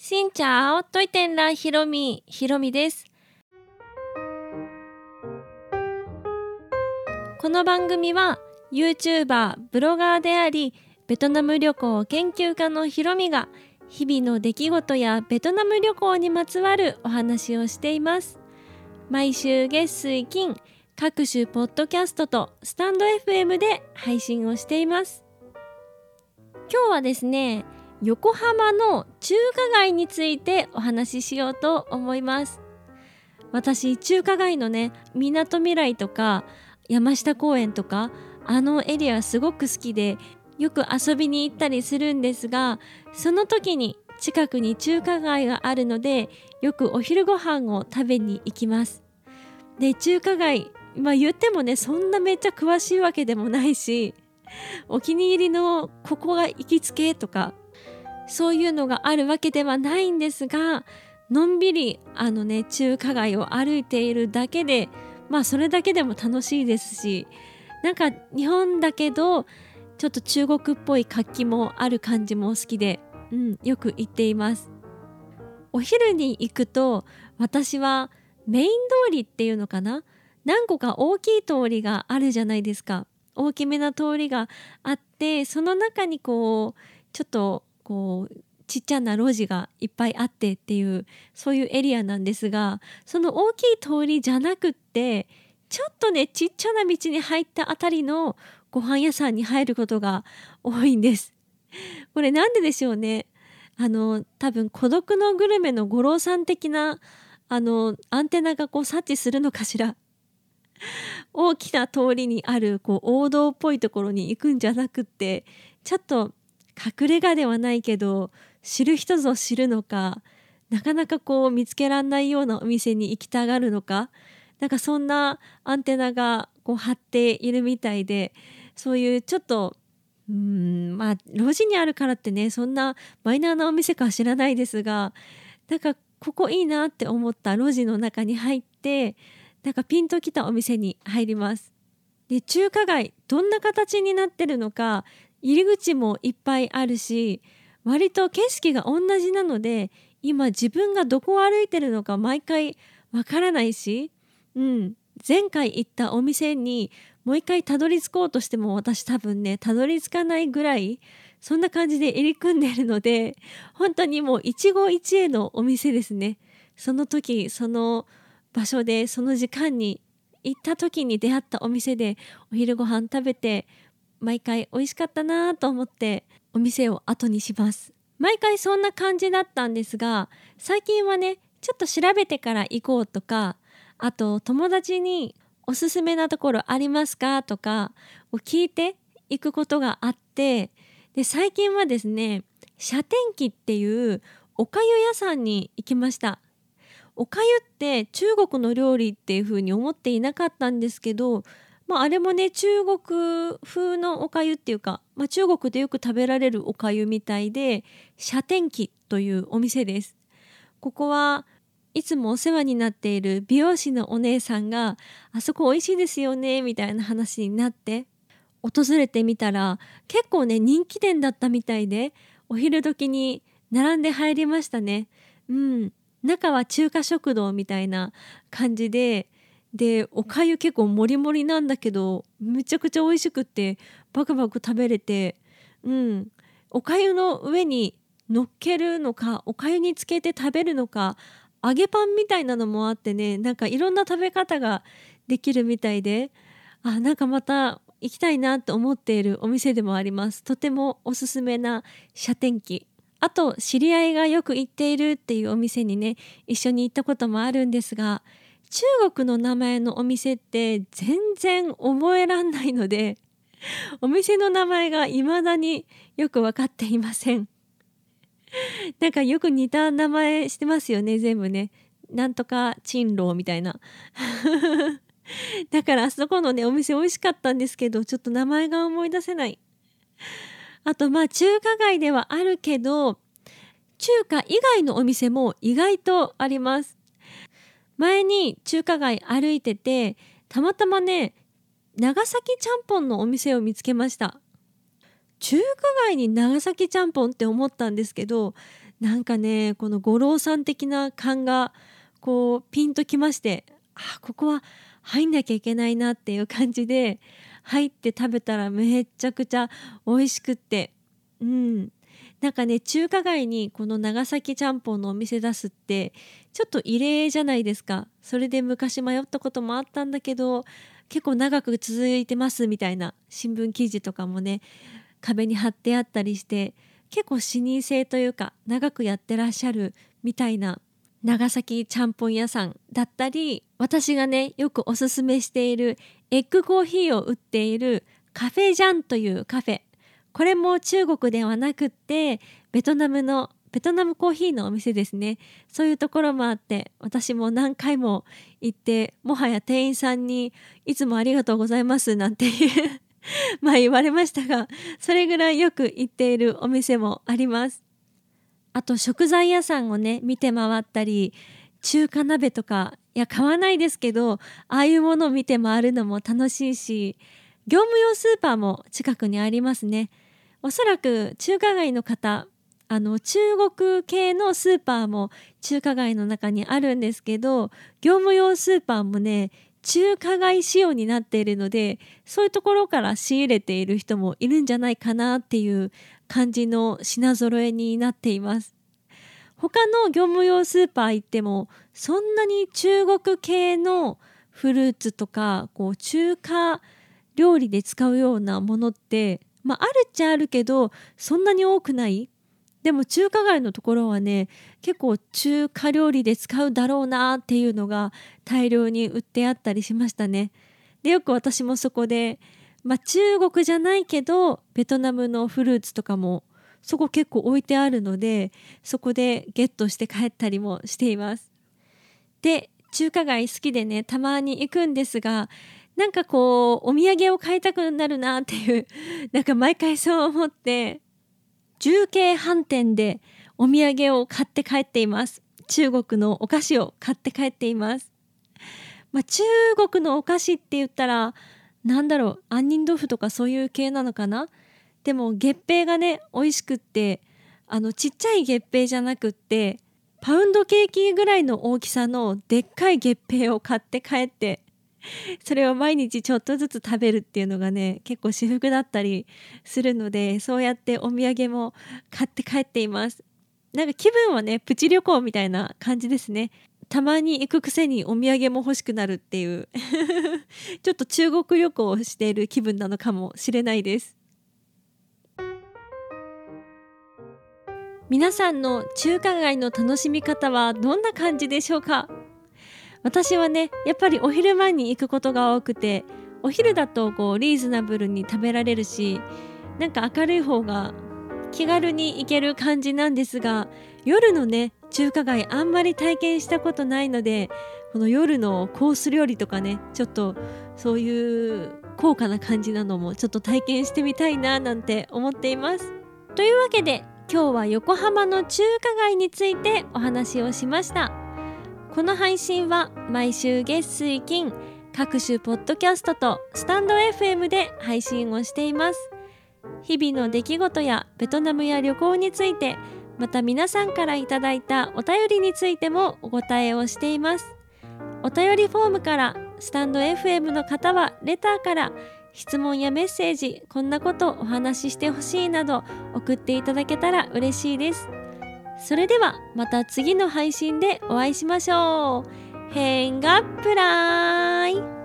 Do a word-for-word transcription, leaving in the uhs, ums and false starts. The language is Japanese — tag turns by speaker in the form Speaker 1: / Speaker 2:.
Speaker 1: しんちゃお、といてんらひろみ、ひろみです。この番組は YouTuber、ブロガーであり、ベトナム旅行研究家のひろみが日々の出来事やベトナム旅行にまつわるお話をしています。毎週月水金、各種ポッドキャストとスタンド エフエム で配信をしています。今日はですね、横浜の中華街についてお話ししようと思います。私、中華街のね、みなとみらいとか山下公園とかあのエリアすごく好きで、よく遊びに行ったりするんですが、その時に近くに中華街があるので、よくお昼ご飯を食べに行きます。で、中華街、まあ言ってもね、そんなめっちゃ詳しいわけでもないし、お気に入りのここが行きつけとかそういうのがあるわけではないんですが、のんびりあのね中華街を歩いているだけで、まあそれだけでも楽しいですし、なんか日本だけどちょっと中国っぽい活気もある感じも好きで、うん、よく行っています。お昼に行くと私はメイン通りっていうのかな、何個か大きい通りがあるじゃないですか。大きめな通りがあって、その中にこうちょっとこうちっちゃな路地がいっぱいあってっていう、そういうエリアなんですが、その大きい通りじゃなくって、ちょっとねちっちゃな道に入ったあたりのご飯屋さんに入ることが多いんです。これなんででしょうね。あの多分孤独のグルメの五郎さん的なあのアンテナがこう察知するのかしら。大きな通りにあるこう王道っぽいところに行くんじゃなくって、ちょっと隠れ家ではないけど知る人ぞ知るのか、なかなかこう見つけらんないようなお店に行きたがるのか、なんかそんなアンテナがこう張っているみたいで、そういうちょっとうーんまあ路地にあるからってね、そんなマイナーなお店かは知らないですが、なんかここいいなって思った路地の中に入って、なんかピンときたお店に入ります。で、中華街どんな形になってるのか、入り口もいっぱいあるし、割と景色が同じなので、今自分がどこを歩いてるのか毎回わからないし、うん、前回行ったお店にもう一回たどり着こうとしても私多分ねたどり着かないぐらい、そんな感じで入り組んでいるので、本当にもう一期一会のお店ですね。その時その場所でその時間に行った時に出会ったお店でお昼ご飯食べて、毎回美味しかったなと思ってお店を後にします。毎回そんな感じだったんですが、最近はねちょっと調べてから行こうとか、あと友達におすすめなところありますかとかを聞いていくことがあって、で最近はですね、写天機っていうおかゆ屋さんに行きました。おかゆって中国の料理っていう風に思っていなかったんですけど、まあ、あれもね中国風のおかゆっていうか、まあ、中国でよく食べられるおかゆみたいで、写天機というお店です。ここはいつもお世話になっている美容師のお姉さんが、あそこ美味しいですよねみたいな話になって訪れてみたら、結構ね人気店だったみたいで、お昼時に並んで入りましたね。うん、中は中華食堂みたいな感じで、でおかゆ結構もりもりなんだけどめちゃくちゃ美味しくって、バクバク食べれて、うん、おかゆの上に乗っけるのかおかゆにつけて食べるのか、揚げパンみたいなのもあってね、なんかいろんな食べ方ができるみたいで、あ、なんかまた行きたいなと思っているお店でもあります。とてもおすすめな写天機。あと知り合いがよく行っているっていうお店にね一緒に行ったこともあるんですが、中国の名前のお店って全然覚えらんないので、お店の名前が未だによく分かっていません。なんかよく似た名前してますよね、全部ね。なんとか珍楼みたいな。だからあそこのねお店美味しかったんですけど、ちょっと名前が思い出せない。あとまあ中華街ではあるけど、中華以外のお店も意外とあります。前に中華街歩いてて、たまたまね長崎ちゃんぽんのお店を見つけました。中華街に長崎ちゃんぽんって思ったんですけど、 なんかねこの五郎さん的な感がこうピンときまして、あここは入んなきゃいけないなっていう感じで入って食べたらめっちゃくちゃ美味しくって、うんなんかね中華街にこの長崎ちゃんぽんのお店出すってちょっと異例じゃないですか。それで昔迷ったこともあったんだけど、結構長く続いてますみたいな新聞記事とかもね壁に貼ってあったりして、結構老舗というか長くやってらっしゃるみたいな長崎ちゃんぽん屋さんだったり、私がねよくおすすめしているエッグコーヒーを売っているカフェジャンというカフェ、これも中国ではなくってベトナムのベトナムコーヒーのお店ですね。そういうところもあって、私も何回も行って、もはや店員さんにいつもありがとうございますなんていうまあ言われましたが、それぐらいよく行っているお店もあります。あと食材屋さんをね見て回ったり、中華鍋とかいや買わないですけど、ああいうものを見て回るのも楽しいし、業務用スーパーも近くにありますね。おそらく中華街の方、あの中国系のスーパーも中華街の中にあるんですけど、業務用スーパーもね中華街仕様になっているので、そういうところから仕入れている人もいるんじゃないかなっていう感じの品揃えになっています。他の業務用スーパー行ってもそんなに中国系のフルーツとかこう中華料理で使うようなものって、まあ、あるっちゃあるけどそんなに多くない。でも中華街のところはね結構中華料理で使うだろうなっていうのが大量に売ってあったりしましたね。でよく私もそこで、まあ、中国じゃないけどベトナムのフルーツとかもそこ結構置いてあるので、そこでゲットして帰ったりもしています。で中華街好きでねたまに行くんですが、なんかこうお土産を買いたくなるなっていうなんか毎回そう思って重慶飯店でお土産を買って帰っています。中国のお菓子を買って帰っています。まあ、中国のお菓子って言ったらなんだろう、杏仁豆腐とかそういう系なのかな。でも月餅がね美味しくって、あのちっちゃい月餅じゃなくってパウンドケーキぐらいの大きさのでっかい月餅を買って帰って、それを毎日ちょっとずつ食べるっていうのがね結構至福だったりするので、そうやってお土産も買って帰っています。なんか気分はねプチ旅行みたいな感じですね。たまに行くくせにお土産も欲しくなるっていうちょっと中国旅行をしている気分なのかもしれないです。皆さんの中華街の楽しみ方はどんな感じでしょうか。私はねやっぱりお昼前に行くことが多くて、お昼だとこうリーズナブルに食べられるし、なんか明るい方が気軽に行ける感じなんですが、夜のね中華街あんまり体験したことないので、この夜のコース料理とかねちょっとそういう高価な感じなのもちょっと体験してみたいななんて思っています。というわけで今日は横浜の中華街についてお話をしました。この配信は毎週月水金各種ポッドキャストとスタンド エフエム で配信をしています。日々の出来事やベトナムや旅行について、また皆さんからいただいたお便りについてもお答えをしています。お便りフォームから、スタンド エフエム の方はレターから質問やメッセージ、こんなことお話ししてほしいなど送っていただけたら嬉しいです。それではまた次の配信でお会いしましょう。変がプライ